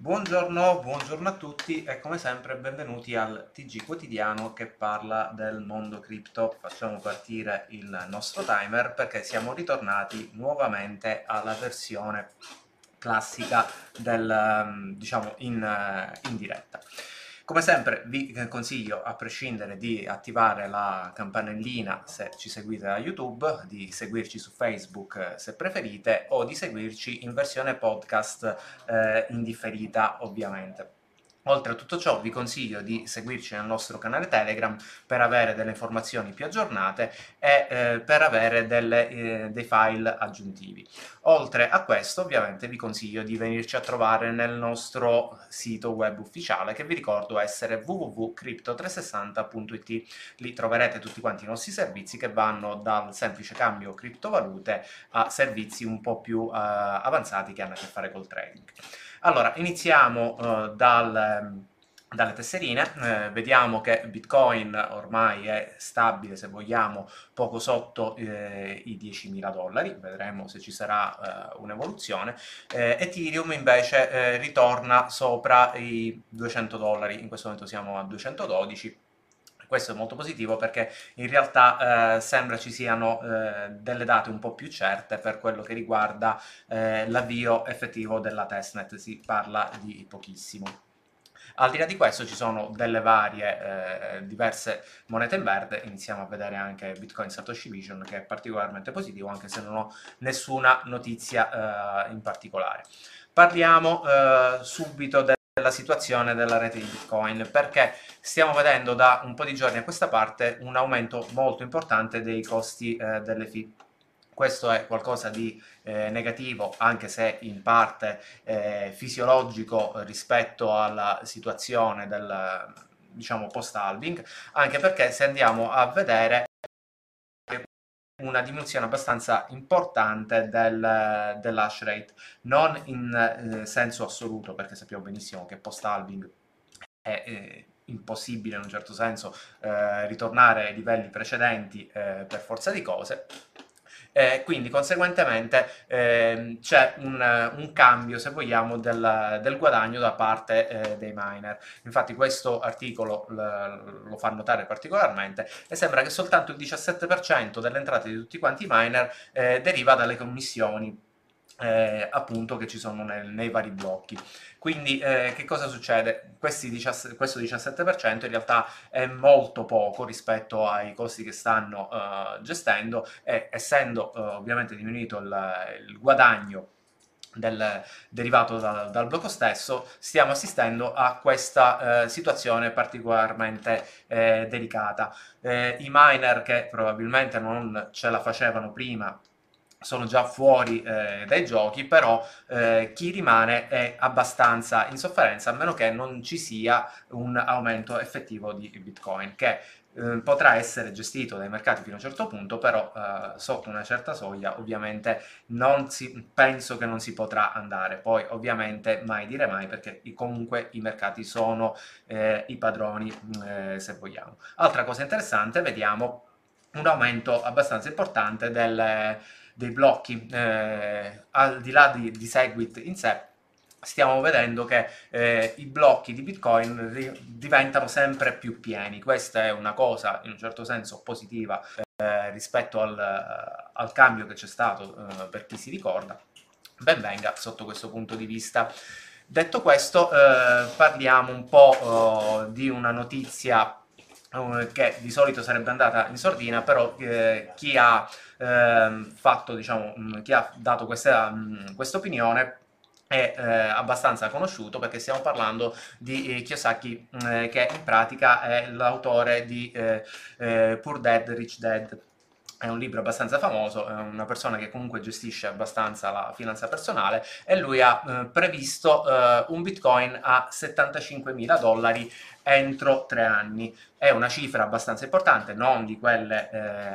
Buongiorno a tutti e come sempre benvenuti al TG quotidiano che parla del mondo cripto. Facciamo partire il nostro timer perché siamo ritornati nuovamente alla versione classica diciamo in diretta. Come sempre vi consiglio, a prescindere, di attivare la campanellina se ci seguite da YouTube, di seguirci su Facebook se preferite, o di seguirci in versione podcast indifferita ovviamente. Oltre a tutto ciò vi consiglio di seguirci nel nostro canale Telegram per avere delle informazioni più aggiornate e per avere dei file aggiuntivi. Oltre a questo ovviamente vi consiglio di venirci a trovare nel nostro sito web ufficiale, che vi ricordo essere www.crypto360.it. Lì troverete tutti quanti i nostri servizi che vanno dal semplice cambio criptovalute a servizi un po' più avanzati che hanno a che fare col trading. Allora, iniziamo dalle tesserine. Vediamo che Bitcoin ormai è stabile, se vogliamo, poco sotto i 10.000 dollari, vedremo se ci sarà un'evoluzione. Ethereum invece ritorna sopra i 200 dollari, in questo momento siamo a 212. Questo è molto positivo perché in realtà sembra ci siano delle date un po' più certe per quello che riguarda l'avvio effettivo della testnet, si parla di pochissimo. Al di là di questo ci sono delle varie, diverse monete in verde. Iniziamo a vedere anche Bitcoin Satoshi Vision, che è particolarmente positivo, anche se non ho nessuna notizia in particolare. Parliamo subito della situazione della rete di Bitcoin, perché stiamo vedendo da un po' di giorni a questa parte un aumento molto importante dei costi delle fee. Questo è qualcosa di negativo, anche se in parte fisiologico rispetto alla situazione del, diciamo, post-halving, anche perché se andiamo a vedere una diminuzione abbastanza importante dell'hash rate, non in senso assoluto, perché sappiamo benissimo che post-halving è impossibile in un certo senso ritornare ai livelli precedenti per forza di cose. Quindi conseguentemente c'è un cambio, se vogliamo, del guadagno da parte dei miner. Infatti questo articolo lo fa notare particolarmente, e sembra che soltanto il 17% delle entrate di tutti quanti i miner deriva dalle commissioni appunto che ci sono nei vari blocchi. Quindi che cosa succede? Questo 17% in realtà è molto poco rispetto ai costi che stanno gestendo, e essendo ovviamente diminuito il guadagno derivato dal blocco stesso, stiamo assistendo a questa situazione particolarmente delicata. I miner che probabilmente non ce la facevano prima sono già fuori dai giochi, però chi rimane è abbastanza in sofferenza, a meno che non ci sia un aumento effettivo di Bitcoin, che potrà essere gestito dai mercati fino a un certo punto, però sotto una certa soglia ovviamente penso che non si potrà andare. Poi ovviamente mai dire mai, perché comunque i mercati sono i padroni, se vogliamo. Altra cosa interessante, vediamo un aumento abbastanza importante dei blocchi, al di là di Segwit in sé. Stiamo vedendo che i blocchi di Bitcoin diventano sempre più pieni. Questa è una cosa in un certo senso positiva rispetto al cambio che c'è stato, per chi si ricorda. Ben venga sotto questo punto di vista. Detto questo, parliamo un po' di una notizia che di solito sarebbe andata in sordina, però chi ha fatto, diciamo, chi ha dato questa opinione è abbastanza conosciuto, perché stiamo parlando di Kiyosaki, che in pratica è l'autore di Poor Dad, Rich Dad. È un libro abbastanza famoso, è una persona che comunque gestisce abbastanza la finanza personale, e lui ha previsto un Bitcoin a 75.000 dollari entro 3 anni. È una cifra abbastanza importante, non di quelle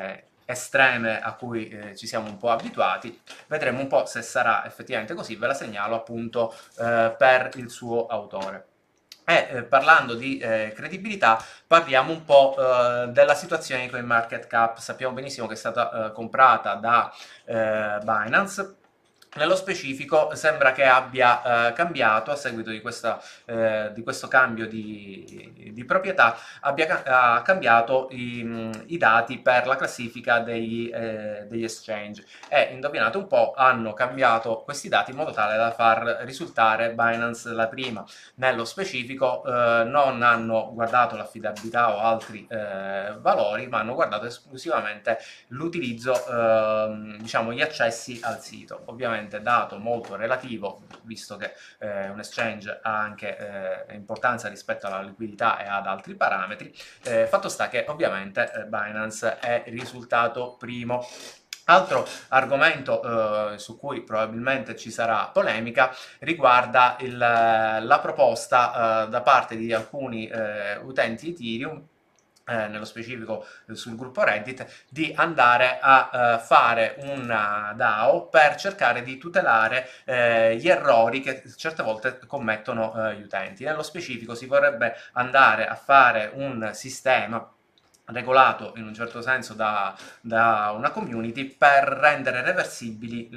estreme a cui ci siamo un po' abituati. Vedremo un po' se sarà effettivamente così, ve la segnalo appunto per il suo autore. E parlando di credibilità, parliamo un po' della situazione di CoinMarketCap. Sappiamo benissimo che è stata comprata da Binance, Nello specifico sembra che abbia cambiato, a seguito di questo cambio di proprietà, ha cambiato i dati per la classifica degli exchange, e indovinate un po', hanno cambiato questi dati in modo tale da far risultare Binance la prima. Nello specifico non hanno guardato l'affidabilità o altri valori, ma hanno guardato esclusivamente l'utilizzo, diciamo, gli accessi al sito. Ovviamente dato molto relativo, visto che un exchange ha anche importanza rispetto alla liquidità e ad altri parametri. Fatto sta che ovviamente Binance è risultato primo. Altro argomento su cui probabilmente ci sarà polemica riguarda la proposta da parte di alcuni utenti Ethereum, nello specifico sul gruppo Reddit, di andare a fare una DAO per cercare di tutelare gli errori che certe volte commettono gli utenti. Nello specifico si vorrebbe andare a fare un sistema regolato in un certo senso da una community per rendere reversibili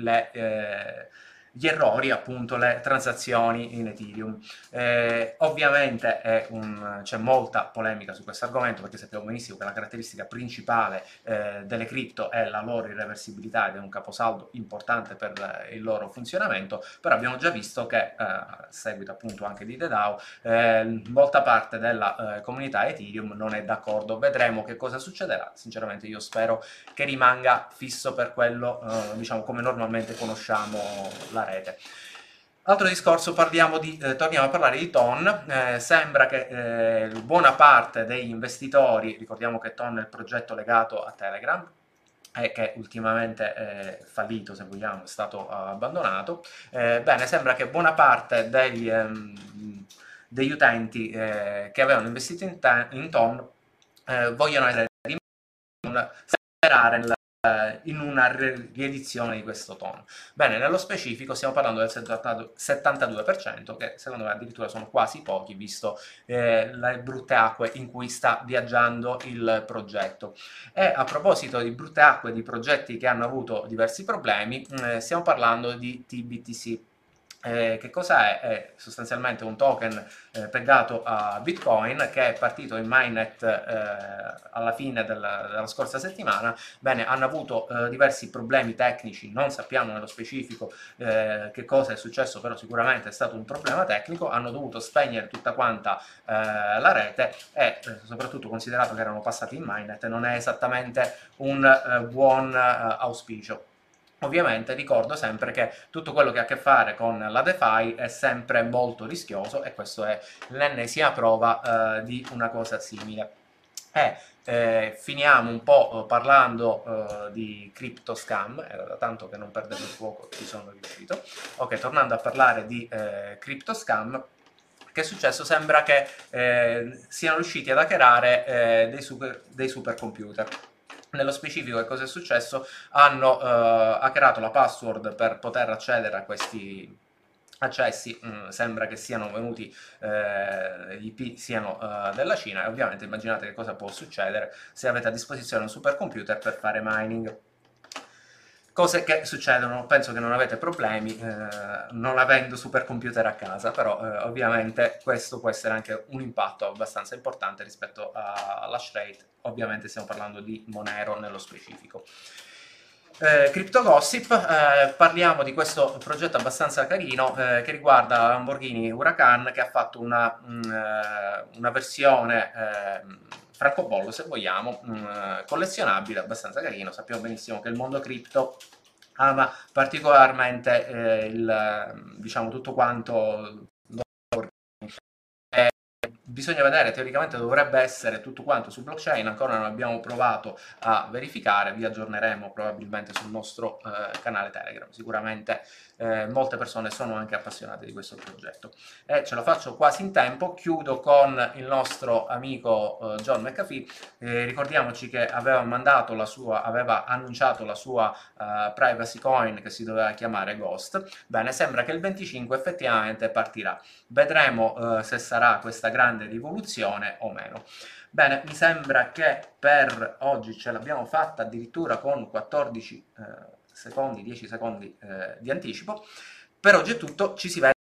gli errori, appunto le transazioni in Ethereum. Ovviamente c'è molta polemica su questo argomento, perché sappiamo benissimo che la caratteristica principale delle cripto è la loro irreversibilità ed è un caposaldo importante per il loro funzionamento, però abbiamo già visto che a seguito appunto anche di The DAO molta parte della comunità Ethereum non è d'accordo. Vedremo che cosa succederà. Sinceramente io spero che rimanga fisso per quello, diciamo, come normalmente conosciamo la rete. Altro discorso, torniamo a parlare di TON. Sembra che buona parte degli investitori, ricordiamo che TON è il progetto legato a Telegram, che ultimamente è fallito, se vogliamo, è stato abbandonato. Bene, sembra che buona parte degli utenti che avevano investito in TON vogliono essere sperare in una riedizione di questo TON. Bene, nello specifico stiamo parlando del 72%, che secondo me addirittura sono quasi pochi, visto le brutte acque in cui sta viaggiando il progetto. E a proposito di brutte acque, di progetti che hanno avuto diversi problemi, stiamo parlando di TBTC. Che cosa è? È sostanzialmente un token pegato a Bitcoin, che è partito in mainnet alla fine della scorsa settimana. Bene, hanno avuto diversi problemi tecnici, non sappiamo nello specifico che cosa è successo, però sicuramente è stato un problema tecnico. Hanno dovuto spegnere tutta quanta la rete, e soprattutto considerato che erano passati in mainnet non è esattamente un buon auspicio. Ovviamente ricordo sempre che tutto quello che ha a che fare con la DeFi è sempre molto rischioso, e questo è l'ennesima prova di una cosa simile. Finiamo un po' parlando di crypto scam. Era da tanto che non perdevo il fuoco, ci sono riuscito. Ok, tornando a parlare di crypto scam, che è successo? Sembra che siano riusciti ad hackerare dei supercomputer. Nello specifico, che cosa è successo? Hanno hackerato la password per poter accedere a questi accessi. Sembra che siano venuti, gli IP siano della Cina, e ovviamente immaginate che cosa può succedere se avete a disposizione un supercomputer per fare mining. Cose che succedono, penso che non avete problemi non avendo supercomputer a casa, però ovviamente questo può essere anche un impatto abbastanza importante rispetto all'hash rate. Ovviamente stiamo parlando di Monero nello specifico. Crypto Gossip, parliamo di questo progetto abbastanza carino che riguarda la Lamborghini Huracan, che ha fatto una versione francobollo, se vogliamo, collezionabile, abbastanza carino. Sappiamo benissimo che il mondo cripto ama particolarmente diciamo, tutto quanto bisogna vedere. Teoricamente dovrebbe essere tutto quanto su blockchain, ancora non abbiamo provato a verificare, vi aggiorneremo probabilmente sul nostro canale Telegram. Sicuramente molte persone sono anche appassionate di questo progetto. E ce la faccio quasi in tempo, chiudo con il nostro amico John McAfee. Ricordiamoci che aveva annunciato la sua privacy coin, che si doveva chiamare Ghost. Bene, sembra che il 25 effettivamente partirà. Vedremo se sarà questa grande rivoluzione o meno. Bene, mi sembra che per oggi ce l'abbiamo fatta addirittura con 14 secondi, 10 secondi di anticipo. Per oggi è tutto, ci si vede.